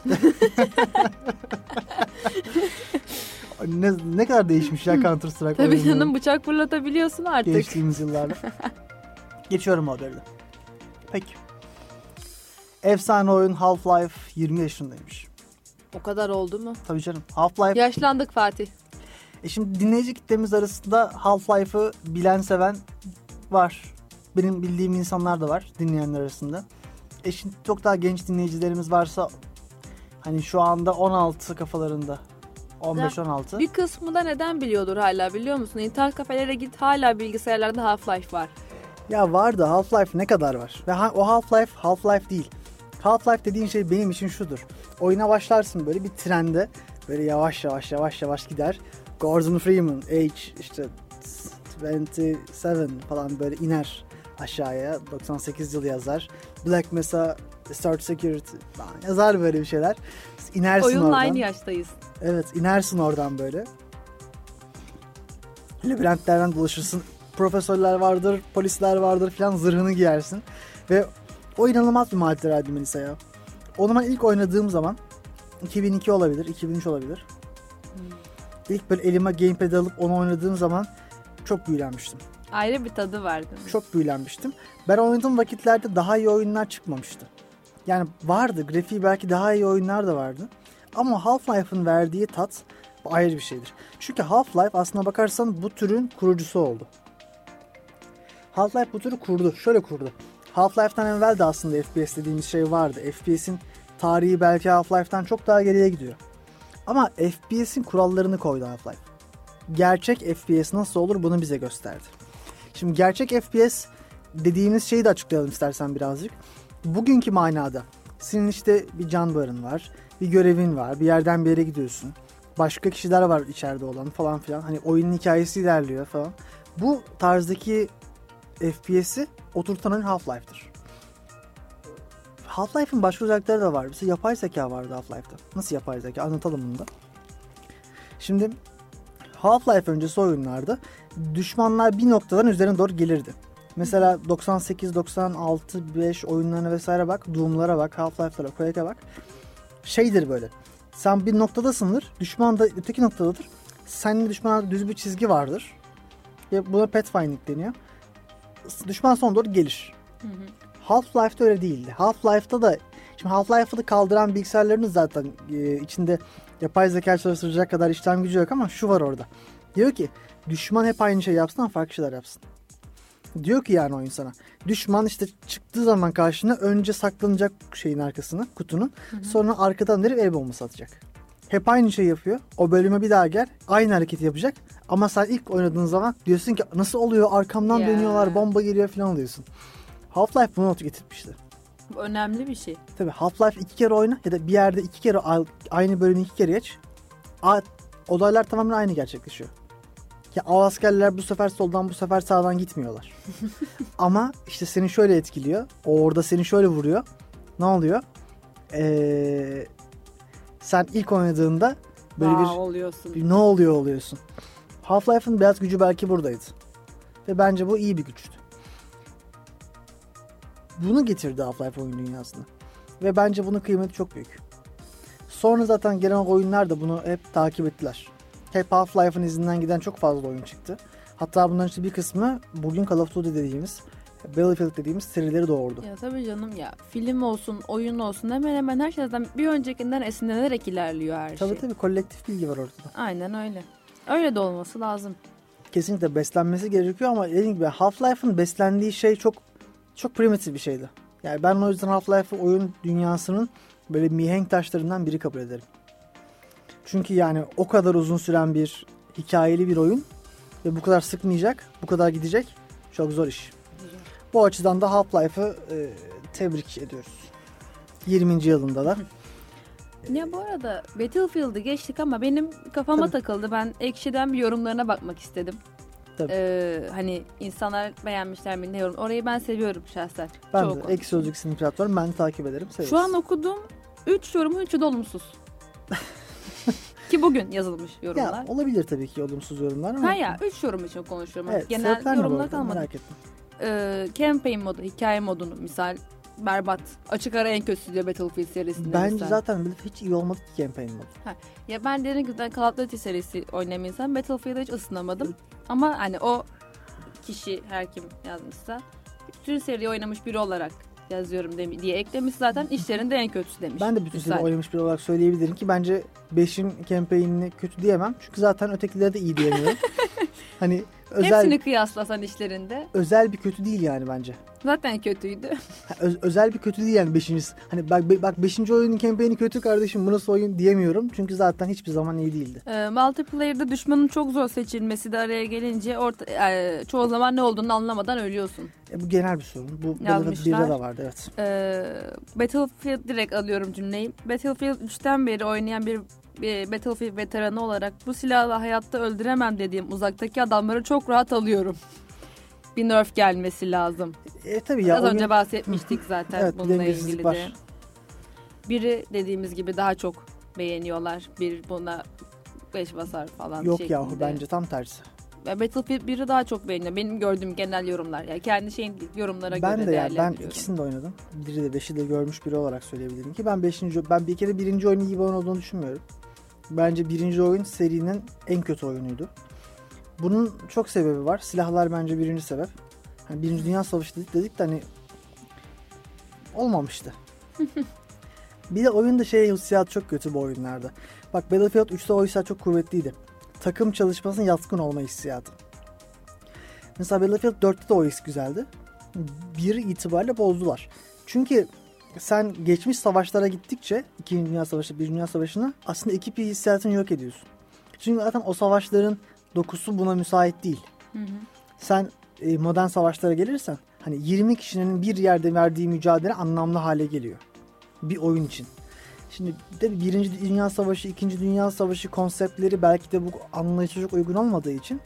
ne, ne kadar değişmiş ya Counter Strike. Tabii oyunu. canım bıçak fırlatabiliyorsun artık. Geçtiğimiz yıllarda. Geçiyorum o haberi de. Peki. Efsane oyun Half-Life yirmi yaşındaymış. O kadar oldu mu? Tabii canım. Half-Life. Yaşlandık Fatih. E şimdi dinleyici kitlemiz arasında Half-Life'ı bilen seven var. Benim bildiğim insanlar da var dinleyenler arasında. E şimdi çok daha genç dinleyicilerimiz varsa hani şu anda on altı kafalarında. on beş on altı. Bir kısmı da neden biliyordur hala biliyor musun? İnternet kafelere git hala bilgisayarlarda Half-Life var. Ya var da Half-Life ne kadar var? Ve ha- o Half-Life Half-Life değil. Half-Life dediğin şey benim için şudur. Oyuna başlarsın böyle bir trende. Böyle yavaş yavaş yavaş yavaş gider. Gordon Freeman, age işte yirmi yedi falan böyle iner aşağıya. doksan sekiz yıl yazar. Black Mesa, Start Security falan yazar böyle bir şeyler. İnersin Oyunla oradan. aynı yaştayız. Evet inersin oradan böyle. Labirentlerden dolaşırsın. Profesörler vardır, polisler vardır filan zırhını giyersin. Ve o inanılmaz bir maceraydı Melisa ya. Onu ben ilk oynadığım zaman iki bin iki olabilir, iki bin üç olabilir. Hmm. İlk böyle elime gamepad alıp onu oynadığım zaman çok büyülenmiştim. Ayrı bir tadı vardı. Çok büyülenmiştim. Ben oynadığım vakitlerde daha iyi oyunlar çıkmamıştı. Yani vardı, grafiği belki daha iyi oyunlar da vardı. Ama Half-Life'ın verdiği tat ayrı bir şeydir. Çünkü Half-Life aslına bakarsan bu türün kurucusu oldu. Half-Life bu türü kurdu. Şöyle kurdu. Half-Life'tan evvel de aslında F P S dediğimiz şey vardı. F P S'in tarihi belki Half-Life'tan çok daha geriye gidiyor. Ama F P S'in kurallarını koydu Half-Life. Gerçek F P S nasıl olur bunu bize gösterdi. Şimdi gerçek F P S dediğimiz şeyi de açıklayalım istersen birazcık. Bugünkü manada Senin işte bir can barın var, bir görevin var, bir yerden bir yere gidiyorsun. Başka kişiler var içeride olan falan filan. Hani oyunun hikayesi ilerliyor falan. Bu tarzdaki F P S'i oturtan oyun Half-Life'dir. Half-Life'in başka özellikleri de var. Mesela yapay zeka vardı Half-Life'da. Nasıl yapay zeka? Anlatalım bunu da. Şimdi Half-Life öncesi oyunlarda düşmanlar bir noktadan üzerine doğru gelirdi. Mesela doksan sekiz, doksan altı, beş oyunlarına vesaire bak. Doom'lara bak, Half-Life'lara, Quake'e bak. Şeydir böyle. Sen bir noktadasındır. Düşman da öteki noktadadır. Seninle düşmana düz bir çizgi vardır. Ve buna pathfinding deniyor. Düşman son doğru gelir. Hı hı. Half-Life'da öyle değildi. Half-Life'da da şimdi Half-Life'ı da kaldıran bilgisayarlarınız zaten e, içinde yapay zeka çalıştıracak kadar işlem gücü yok ama şu var orada. Diyor ki düşman hep aynı şey yapsın ama farklı şeyler yapsın. Diyor ki yani oyun sana. Düşman işte çıktığı zaman karşına önce saklanacak şeyin arkasına, kutunun. Hı hı. Sonra arkadan verip el bombası atacak. Hep aynı şey yapıyor. O bölüme bir daha gel. Aynı hareketi yapacak. Ama sen ilk oynadığın zaman diyorsun ki nasıl oluyor? Arkamdan yeah. dönüyorlar, bomba geliyor falan diyorsun. Half-Life bunu not getirmişti. Bu önemli bir şey. Tabii Half-Life iki kere oyna ya da bir yerde iki kere aynı bölümü iki kere geç. Olaylar tamamen aynı gerçekleşiyor. Ya o askerler bu sefer soldan bu sefer sağdan gitmiyorlar. Ama işte seni şöyle etkiliyor. O orada seni şöyle vuruyor. Ne oluyor? Ee, sen ilk oynadığında böyle Aa, bir, oluyorsun. bir ne oluyor oluyorsun. Half-Life'ın beyaz gücü belki buradaydı. Ve bence bu iyi bir güçtü. Bunu getirdi Half-Life oyun dünyasına. Ve bence bunun kıymeti çok büyük. Sonra zaten gelen oyunlar da bunu hep takip ettiler. Hep Half-Life'ın izinden giden çok fazla oyun çıktı. Hatta bunların işte bir kısmı bugün Call of Duty dediğimiz, Battlefield dediğimiz serileri doğurdu. Ya tabii canım ya. Film olsun, oyun olsun hemen hemen her şeyden bir öncekinden esinlenerek ilerliyor her tabii şey. Tabii tabii kolektif bilgi var ortada. Aynen öyle. Öyle de olması lazım. Kesinlikle beslenmesi gerekiyor ama dediğim gibi Half-Life'ın beslendiği şey çok çok primitif bir şeydi. Yani ben o yüzden Half-Life'ı oyun dünyasının böyle mihenk taşlarından biri kabul ederim. Çünkü yani o kadar uzun süren bir hikayeli bir oyun ve bu kadar sıkmayacak, bu kadar gidecek çok zor iş. Güzel. Bu açıdan da Half-Life'ı e, tebrik ediyoruz. yirminci yılında da. Ya bu arada Battlefield'ı geçtik ama benim kafama Tabii. takıldı. Ben Ekşi'den bir yorumlarına bakmak istedim. Ee, hani insanlar beğenmişler mi ne yorum. Orayı ben seviyorum şahsen. Ben Çok de Ekşi Sözlük isimli platform ben takip ederim. Severiz. Şu an okuduğum üç yorumun üçü de olumsuz. Ki bugün yazılmış yorumlar. Ya olabilir tabii ki olumsuz yorumlar ama. Ha ya üç yorum için konuşuyorum. Evet, genel yorumlar kalmadı. Merak ettim. Ee, campaign modu, hikaye modunu misal berbat. Açık ara en kötüsü diyor Battlefield serisinde. Bence misal. zaten hiç iyi olmadı ki campaign modu. Ha, ya ben derin güzel Call of Duty serisi oynayan insan Battlefield'a hiç ısınamadım. Ama hani o kişi her kim yazmışsa bütün seriyi oynamış biri olarak yazıyorum diye eklemiş zaten işlerinde en kötüsü demiş. Ben de bütün seriyi oynamış biri olarak söyleyebilirim ki bence beşin campaign'ini kötü diyemem. Çünkü zaten ötekileri de iyi diyemiyorum. Hani özel, hepsini kıyaslasan işlerinde. Özel bir kötü değil yani bence. Zaten kötüydü. Öz, özel bir kötü değil yani beşincisi. Hani bak bak beşinci oyunun campaign'i kötü kardeşim bu nasıl oyun diyemiyorum. Çünkü zaten hiçbir zaman iyi değildi. E, multiplayer'da düşmanın çok zor seçilmesi de araya gelince orta, e, çoğu zaman ne olduğunu anlamadan ölüyorsun. E, bu genel bir sorun. Bu Battlefield birde de vardı evet. E, Battlefield direkt alıyorum cümleyi. Battlefield üçten beri oynayan bir bir Battlefield veteranı olarak bu silahla hayatta öldüremem dediğim uzaktaki adamları çok rahat alıyorum. Bir nerf gelmesi lazım. E, tabii ya, Az önce oyun... bahsetmiştik zaten evet, bununla ilgili var. de. Biri dediğimiz gibi daha çok beğeniyorlar. Bir buna beş basar falan. Yok şeklinde. yahu bence tam tersi. Battlefield biri daha çok beğeniyor. Benim gördüğüm genel yorumlar. Yani kendi şeyin değil, yorumlara ben göre de yani, değerlendiriyorum. Ben ikisini de oynadım. Biri de beşi de görmüş biri olarak söyleyebilirim ki ben beşinci ben bir kere birinci oyunun iyi bir oyun olduğunu düşünmüyorum. Bence birinci oyun serinin en kötü oyunuydu. Bunun çok sebebi var. Silahlar bence birinci sebep. Hani Birinci Dünya Savaşı dedik, dedik de hani olmamıştı. Bir de oyunda şey hissiyatı çok kötü bu oyunlarda. Bak Battlefield üçte o hissiyat çok kuvvetliydi. Takım çalışmasının yatkın olma hissiyatı. Mesela Battlefield dörtte de o his güzeldi. Bir itibariyle bozdular. Çünkü sen geçmiş savaşlara gittikçe İkinci Dünya Savaşı, Birinci Dünya Savaşı'nı aslında ekip hissiyatını yok ediyorsun. Çünkü zaten o savaşların dokusu buna müsait değil. Hı hı. Sen e, modern savaşlara gelirsen hani yirmi kişinin bir yerde verdiği mücadele anlamlı hale geliyor. bir oyun için. Şimdi de Birinci Dünya Savaşı, İkinci Dünya Savaşı konseptleri belki de bu anlayışa çok uygun olmadığı için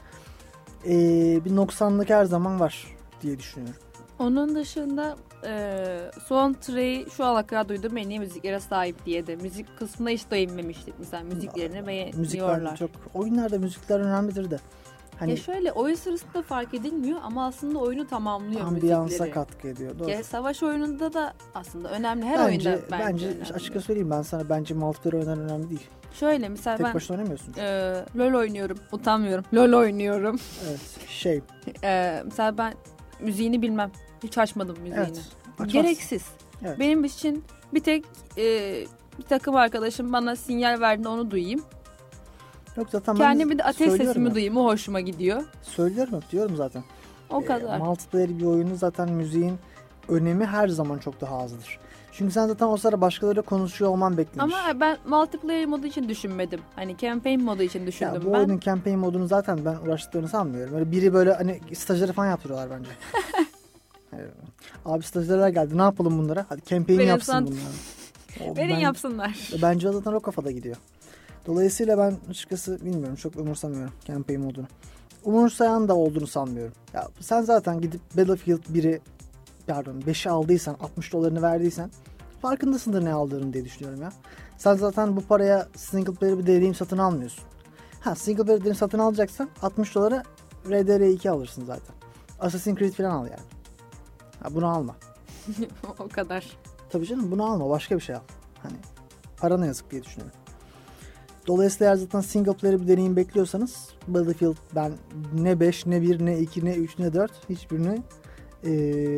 ee, bir noksanlık her zaman var diye düşünüyorum. Onun dışında e, Soundtrack'i şu ana kadar duyduğum en iyi müziklere sahip diye de. Müzik kısmına hiç değinmemiştik. Mesela müziklerini beğeniyorlar. Müzikler çok, oyunlarda müzikler önemlidir de. Hani ya şöyle oyun sırasında fark edilmiyor ama aslında oyunu tamamlıyor ambiyansa müzikleri. katkı ediyor. Doğru. Ya savaş oyununda da aslında önemli. Her bence, oyunda bence, bence önemli. açıkça söyleyeyim ben sana bence multiplayer oyunlar önemli değil. Şöyle mesela Tek ben başına oynamıyorsun. e, LoL oynuyorum. Utanmıyorum. LoL oynuyorum. Evet. Şey. e, mesela ben müziğini bilmem. Hiç açmadım müziğini. Evet. Açmaz. Gereksiz. Evet. Benim için bir tek e, bir takım arkadaşım bana sinyal verdiğinde onu duyayım. Yok zaten Kendimi ben de ateş söylüyorum sesimi ya. duyayım. O hoşuma gidiyor. Söylüyorum hep diyorum zaten. O kadar. E, multiplayer bir oyunu zaten müziğin önemi her zaman çok daha azdır. Çünkü sen zaten o sırada başkalarıyla konuşuyor olman beklenir. Ama ben multiplayer modu için düşünmedim. Hani campaign modu için düşündüm ya bu ben. oyunun campaign modunu zaten ben uğraştıklarını sanmıyorum. Böyle biri böyle hani stajyeri falan yaptırıyorlar bence. Yani, abi stajyerler geldi ne yapalım bunlara? Hadi campaign Verin yapsın san- bunlar. O Verin ben- yapsınlar. Bence o zaten o kafada gidiyor. Dolayısıyla ben açıkçası bilmiyorum. Çok umursamıyorum campaign modunu. Umursayan da olduğunu sanmıyorum. Ya sen zaten gidip Battlefield biri pardon beşi aldıysan altmış dolarını verdiysen farkındasındır ne aldığını diye düşünüyorum ya. Sen zaten bu paraya single player bir deneyim satın almıyorsun. Ha single player deneyim satın alacaksan altmış dolara R D R iki alırsın zaten. Assassin's Creed falan al yani. Ha bunu alma. O kadar. Tabii canım bunu alma başka bir şey al. Hani parana yazık diye düşünüyorum. Dolayısıyla eğer zaten single player bir deneyim bekliyorsanız Battlefield ben ne beş ne bir ne iki ne üç ne dört hiçbirini ee,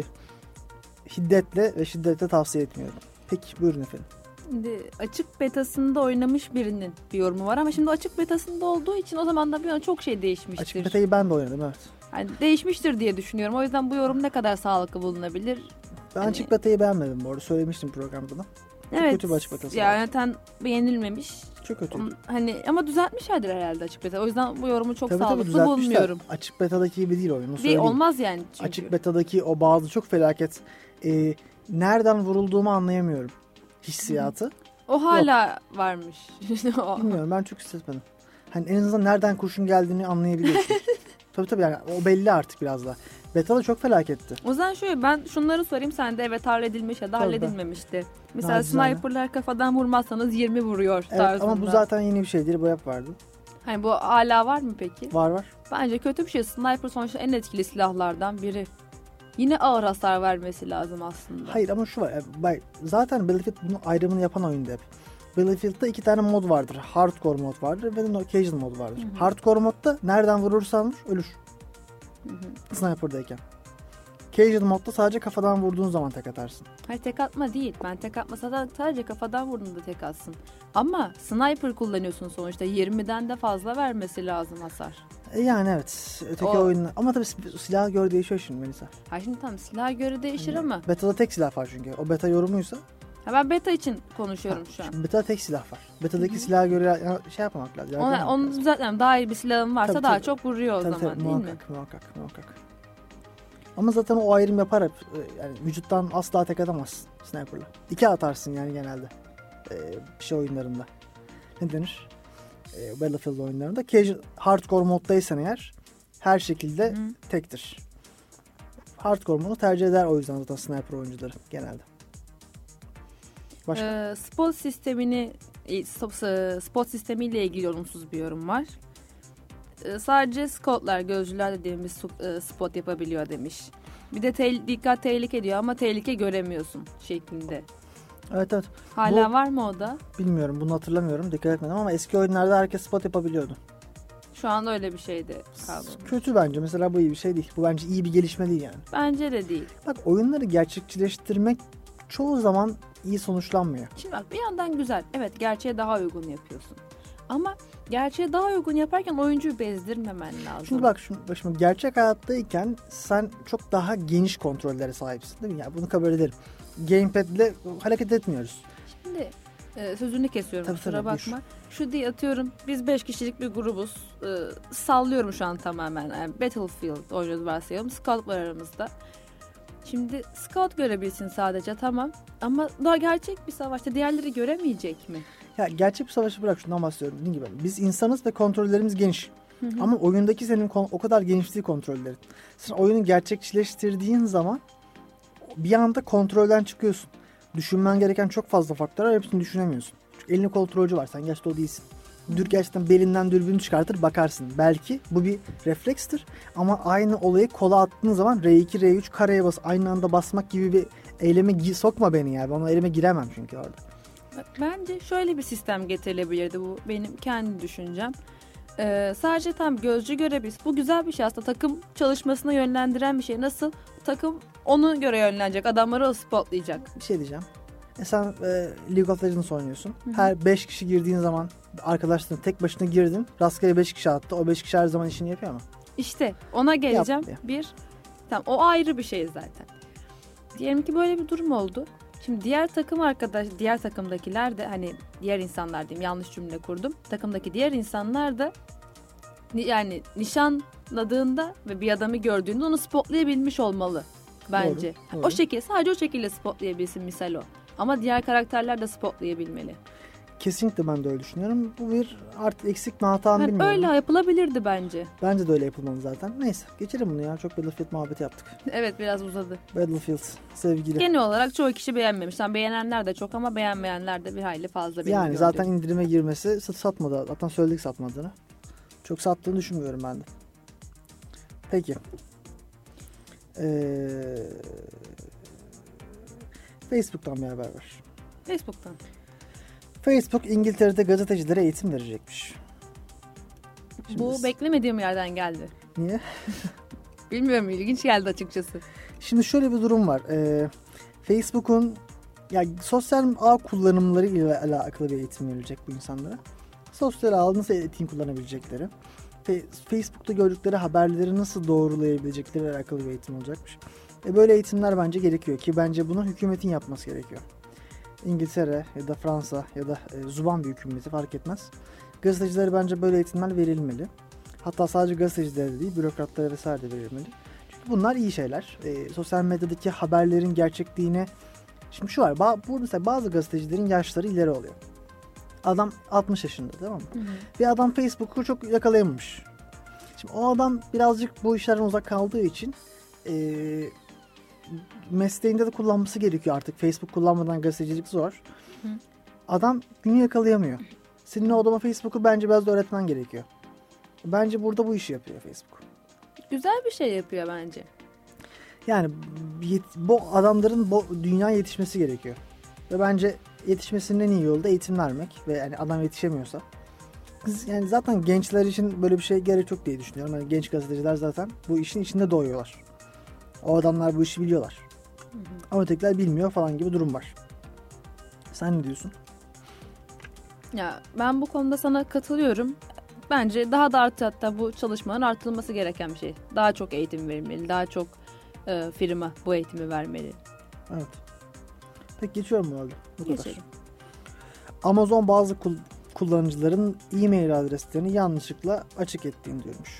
hiddetle ve şiddetle tavsiye etmiyorum. Peki buyurun efendim. Şimdi açık betasında oynamış birinin bir yorumu var ama şimdi açık betasında olduğu için o zaman da bir an çok şey değişmiştir. Açık betayı ben de oynadım evet. Yani değişmiştir diye düşünüyorum. O yüzden bu yorum ne kadar sağlıklı bulunabilir? Ben Hani- açık betayı beğenmedim bu arada söylemiştim programda da. Çok evet. kötü bir açık betası Ya var. yöneten beğenilmemiş. Çok kötü. Onun- Hani ama düzeltmişlerdir herhalde açık beta. O yüzden bu yorumu çok Tabii tabii sağlıklı düzeltmişler. bulmuyorum. Açık betadaki gibi değil oyunu Değil, söyleyeyim. olmaz yani çünkü. Açık betadaki o bazı çok felaket e, nereden vurulduğumu anlayamıyorum hissiyatı. O hala varmış. O- Bilmiyorum ben çok hissetmedim. Hani en azından nereden kurşun geldiğini anlayabiliyorsun. tabii tabii yani o belli artık biraz da. Beta'da çok felaketti. O zaman şöyle ben şunları sorayım sen de evet halledilmiş ya da Tabii. halledilmemişti. Mesela Nacizane. sniperlar kafadan vurmazsanız yirmi vuruyor Evet tarzında. ama bu zaten yeni bir şey değil. Bu hep vardı. Hani bu hala var mı peki? Var var. Bence kötü bir şey. Sniper sonuçta en etkili silahlardan biri. Yine ağır hasar vermesi lazım aslında. Hayır ama şu var. e, Bak, zaten Battlefield bunun ayrımını yapan oyunda hep. Battlefield'da iki tane mod vardır. Hardcore mod vardır ve de casual mod vardır. Hı hı. Hardcore modda nereden vurursan vur ölür. Hı hı. Sniper'dayken. Casual modda sadece kafadan vurduğun zaman tek atarsın. Hayır tek atma değil. Ben tek atmasa da sadece kafadan vurduğunda tek atsın. Ama sniper kullanıyorsun sonuçta. yirmiden de fazla vermesi lazım hasar. E yani evet. Öteki O- oyunlar. Ama tabii silah göre değişiyor şimdi Melisa. Ha şimdi tam silaha göre değişir ama. Beta'da tek silah var çünkü. O beta yorumuysa. Ha ben beta için konuşuyorum Ha, şu an. şimdi Beta'da tek silah var. Beta'daki silaha göre ya- şey yapmamak lazım. Ona, yargılamamak onu lazım. zaten daha iyi bir silahın varsa Tabii, daha tabii. çok vuruyor o Tabii, zaman tabii, değil mi? muhakkak, Muhakkak muhakkak. Ama zaten o ayrım yapar hep. E, Yani vücuttan asla tek atamazsın sniper'la. İki atarsın yani genelde. Ee, bir şey oyunlarında. Ne denir? Ee, Battlefield oyunlarında. Casual, hardcore moddaysan eğer her şekilde Hı. tektir. Hardcore modu tercih eder o yüzden zaten sniper oyuncuları genelde. Başka? Ee, spot sistemini e, sp- spot sistemiyle ilgili olumsuz bir yorum var. Ee, sadece scoutlar, gözcüler dediğimiz su- e, spot yapabiliyor demiş. Bir de te- dikkat tehlike diyor ama tehlike göremiyorsun şeklinde. Evet evet. Hala Bu- var mı o da? Bilmiyorum bunu hatırlamıyorum. Dikkat etmedim ama eski oyunlarda herkes spot yapabiliyordu. Şu anda öyle bir şey de kalmadı. Kötü bence. Mesela bu iyi bir şey değil. Bu bence iyi bir gelişme değil yani. Bence de değil. Bak oyunları gerçekçileştirmek çoğu zaman iyi sonuçlanmıyor. Şimdi bak bir yandan güzel. Evet gerçeğe daha uygun yapıyorsun. Ama gerçeğe daha uygun yaparken oyuncuyu bezdirmemen lazım. Şimdi bak şu, bak şimdi gerçek hayattayken sen çok daha geniş kontrollere sahipsin değil mi? Yani bunu kabul ederim. Gamepad ile hareket etmiyoruz. Şimdi e, sözünü kesiyorum Tabii, kusura tabii, bakma. Şu diye atıyorum biz beş kişilik bir grubuz. E, sallıyorum şu an tamamen. Yani Battlefield oynuyoruz varsayalım. Scout var aramızda. Şimdi scout görebilsin sadece, tamam. Ama daha gerçek bir savaşta diğerleri göremeyecek mi? Ya gerçek bir savaşı bırak, şundan bahsediyorum. Dediğim gibi biz insanız ve kontrollerimiz geniş. Hı hı. Ama oyundaki senin kon- o kadar geniş değil kontrollerin. Sen oyunu gerçekçileştirdiğin zaman bir anda kontrolden çıkıyorsun. Düşünmen gereken çok fazla faktör var, hepsini düşünemiyorsun. Çünkü elinde kontrolcü var, sen gerçekten o değilsin. Dür gerçekten belinden dürbünü çıkartır bakarsın. Belki bu bir reflekstir ama aynı olayı kola attığın zaman R iki R üç kareye bas aynı anda basmak gibi bir eyleme gi- sokma beni ya. Ben o eyleme giremem çünkü orada. Bence şöyle bir sistem getirilebilirdi, bu benim kendi düşüncem. Ee, sadece tam gözcü görebiliriz. Bu güzel bir şey aslında. Takım çalışmasına yönlendiren bir şey. Nasıl? Takım onu göre yönlenecek. Adamları o spotlayacak. Bir şey diyeceğim. E sen e, League of Legends oynuyorsun. Hı hı. Her beş kişi girdiğin zaman arkadaşların tek başına girdin. Rastgele beş kişi attı. O beş kişi her zaman işini yapıyor mu? İşte ona geleceğim. Yap. Bir, tamam, o ayrı bir şey zaten. Diyelim ki böyle bir durum oldu. Şimdi diğer takım arkadaş, diğer takımdakiler de, hani diğer insanlar diyeyim, yanlış cümle kurdum. Takımdaki diğer insanlar da yani nişanladığında ve bir adamı gördüğünde onu spotlayabilmiş olmalı bence. Doğru, doğru. O şekilde, sadece o şekilde spotlayabilsin misal o. Ama diğer karakterler de spotlayabilmeli. Kesinlikle ben de öyle düşünüyorum. Bu bir artık eksik mi hata mı Yani bilmiyorum. öyle yapılabilirdi bence. Bence de öyle yapılmalı zaten. Neyse geçelim bunu ya. Çok Battlefield muhabbeti yaptık. Evet, biraz uzadı. Battlefield sevgili. Genel olarak çoğu kişi beğenmemiş. Yani beğenenler de çok ama beğenmeyenler de bir hayli fazla. benim Yani gördüğüm. zaten indirime girmesi sat satmadı. Zaten söyledik satmadığını. Çok sattığını düşünmüyorum ben de. Peki. Ee, Facebook'tan bir haber var. Facebook'tan. Facebook İngiltere'de gazetecilere eğitim verecekmiş. Şimdi Bu s- beklemediğim yerden geldi. Niye? Bilmiyorum, ilginç geldi açıkçası. Şimdi şöyle bir durum var. Ee, Facebook'un ya sosyal ağ kullanımları ile alakalı bir eğitim verilecek bu insanlara. Sosyal ağ nasıl eğitim kullanabilecekleri, Fe- Facebook'ta gördükleri haberleri nasıl doğrulayabilecekleri ile alakalı bir eğitim olacakmış. E böyle eğitimler bence gerekiyor ki bence bunu hükümetin yapması gerekiyor. İngiltere ya da Fransa ya da e, Zuban bir hükümeti fark etmez. Gazetecilere bence böyle eğitimler verilmeli. Hatta sadece gazetecilere değil, bürokratlara vesaire de verilmeli. Çünkü bunlar iyi şeyler. E, sosyal medyadaki haberlerin gerçekliğine... Şimdi şu var, ba- bu mesela bazı gazetecilerin yaşları ileri oluyor. Adam altmış yaşında, tamam mı? Hı hı. Bir adam Facebook'u çok yakalayamamış. Şimdi o adam birazcık bu işlerden uzak kaldığı için e, mesleğinde de kullanması gerekiyor artık. Facebook kullanmadan gazetecilik zor. Hı. Adam günü yakalayamıyor. Senin o adama Facebook'u bence biraz da öğretmen gerekiyor. Bence burada bu işi yapıyor Facebook. Güzel bir şey yapıyor bence. Yani yet- bu adamların bu dünya yetişmesi gerekiyor. Ve bence yetişmesinin en iyi yolu da eğitim vermek. Ve yani adam yetişemiyorsa. Biz yani zaten gençler için böyle bir şey gerek yok diye düşünüyorum. Yani genç gazeteciler zaten bu işin içinde doğuyorlar. O adamlar bu işi biliyorlar. Hı hı. Ama ötekiler bilmiyor falan gibi durum var. Sen ne diyorsun? Ya ben bu konuda sana katılıyorum. Bence daha da artı, hatta bu çalışmanın artırılması gereken bir şey. Daha çok eğitim verilmeli. Daha çok e, firma bu eğitimi vermeli. Evet. Peki geçiyorum bu arada. Bu kadar. Geçelim. Amazon bazı kul- kullanıcıların e-mail adreslerini yanlışlıkla açık ettiğini diyormuş.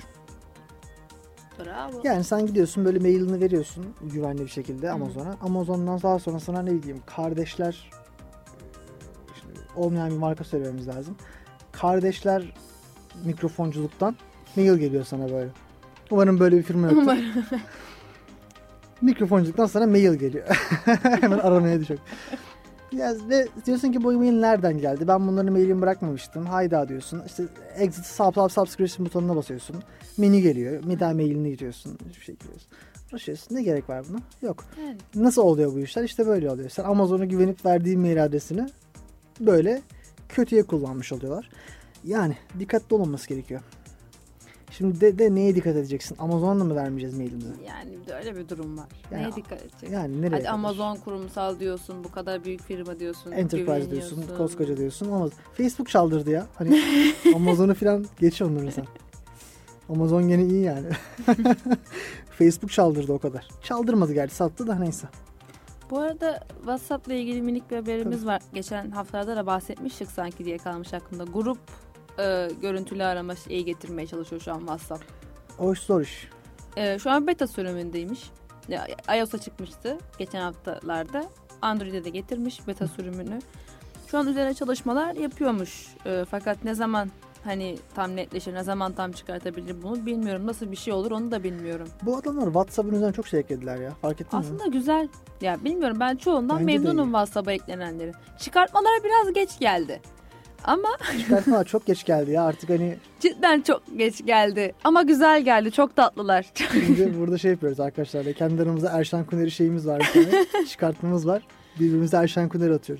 Bravo. Yani sen gidiyorsun böyle mailini veriyorsun güvenli bir şekilde Hı. Amazon'a. Amazon'dan daha sonra sana ne bileyim kardeşler, şimdi olmayan bir marka söylememiz lazım. Kardeşler mikrofonculuktan mail geliyor sana böyle. Umarım böyle bir firma yoktur. Umarım. Mikrofonculuktan sana mail geliyor. Hemen aramaya düşüyor. Ya, ve diyorsun ki bu mail nereden geldi? Ben bunların mailini bırakmamıştım. Hayda diyorsun. İşte exit sub, sub, subscription butonuna basıyorsun. Menü geliyor. Bir daha mailini giriyorsun. Hiçbir şey giriyorsun. Uğraşıyorsun. Ne gerek var buna? Yok. Yani. Nasıl oluyor bu işler? İşte böyle oluyor. Sen Amazon'a güvenip verdiğin mail adresini böyle kötüye kullanmış oluyorlar. Yani dikkatli olunması gerekiyor. Şimdi de, de neye dikkat edeceksin? Amazon'a mı vermeyeceğiz mailimizi? Yani bir de öyle bir durum var. Yani- Neye dikkat edecek? Yani nereye Hadi kadar? Amazon kurumsal diyorsun, bu kadar büyük firma diyorsun, Enterprise diyorsun, güveniyorsun. koskoca diyorsun ama Facebook çaldırdı ya. Hani Amazon'u falan geç onları sen. Amazon gene iyi yani. Facebook çaldırdı o kadar. Çaldırmadı gerçi, sattı da neyse. Bu arada WhatsApp'la ilgili minik bir haberimiz var. Geçen haftalarda da bahsetmiştik sanki diye kalmış aklımda. Grup e, görüntülü arama şeyi getirmeye çalışıyor şu an WhatsApp. O iş zor iş. E, şu an beta sürümündeymiş. iOS'a çıkmıştı geçen haftalarda. Android'e de getirmiş beta sürümünü. Şu an üzerine çalışmalar yapıyormuş. E, fakat ne zaman hani tam netleşir, ne zaman tam çıkartabilir bunu bilmiyorum. Nasıl bir şey olur onu da bilmiyorum. Bu adamlar WhatsApp'ın üzerine çok şey eklediler ya. Fark ettin mi? Aslında güzel. Ya bilmiyorum, ben çoğundan Bence de memnunum iyi. WhatsApp'a eklenenleri. Çıkartmalar biraz geç geldi. Ama Çıkartmalar çok geç geldi ya artık hani cidden çok geç geldi. Ama güzel geldi. Çok tatlılar. şimdi burada şey yapıyoruz arkadaşlarla. Kendi aramızda Erşan Kuneri şeyimiz var bir tane. Çıkartmamız var. Birbirimize Erşan Kuneri atıyoruz.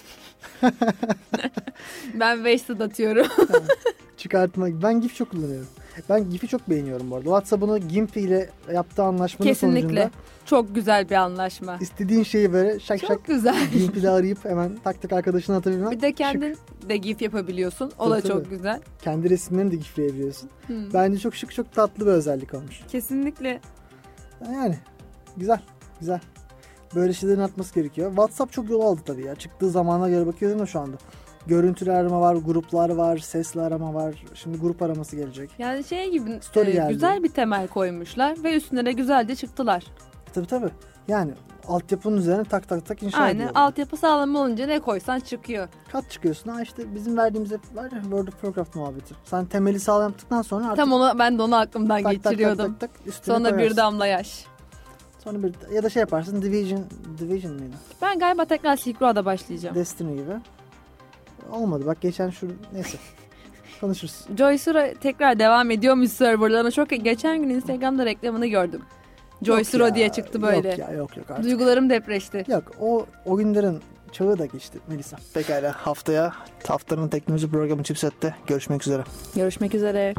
Ben wasted atıyorum. Çıkartma. Ben GIF çok kullanıyorum. Ben GIF'i çok beğeniyorum bu arada. WhatsApp'ını GIMP ile yaptığı anlaşmanın Kesinlikle. sonucunda Çok güzel bir anlaşma. istediğin şeyi böyle şak Çok şak güzel. GIMP ile arayıp hemen tak tak arkadaşına atabilmen. Bir de şık. kendin de GIF yapabiliyorsun. O Tabii, da çok tabii. güzel. Kendi resimlerini de GIF'leyebiliyorsun. Hmm. Bence çok şık, çok tatlı bir özellik olmuş. Kesinlikle. Yani güzel, güzel. Böyle şeylerin artması gerekiyor. WhatsApp çok yol aldı tabii ya. Çıktığı zamana göre bakıyorum da şu anda. Görüntülü arama var, gruplar var, sesli arama var. Şimdi grup araması gelecek. Yani şey gibi Story e, geldi. güzel bir temel koymuşlar ve üstüne de güzelce çıktılar. Tabii tabii. Yani altyapının üzerine tak tak tak inşa Aynen. ediyorlar. Altyapı sağlam olunca ne koysan çıkıyor. Kat çıkıyorsun. Ha işte bizim verdiğimiz hep var ya World of Warcraft muhabbeti. Sen temeli sağlam yaptıktan sonra artık Tam onu ben de onu aklımdan tak, tak, tak, geçiriyordum. tak, tak, üstüne Sonra koyarsın. bir damla yaş. Sonra bir ya da şey yaparsın Division Division mıydı? Ben galiba tekrar Silk Road'a başlayacağım. Destiny gibi. Olmadı. Bak geçen şu neyse. Konuşuruz. Joysura tekrar devam ediyormuş serverlarına. Çok geçen gün Instagram'da reklamını gördüm. Joysura Yok ya, diye çıktı böyle. Yok ya yok yok artık. Duygularım depreşti. Yok o oyunların çağı da geçti Melisa. Pekala haftaya haftanın teknoloji programı Chipset'te görüşmek üzere. Görüşmek üzere.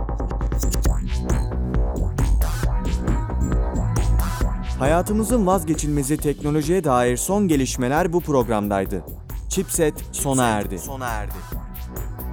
Hayatımızın vazgeçilmezi teknolojiye dair son gelişmeler bu programdaydı. Chipset sona erdi. Sona erdi.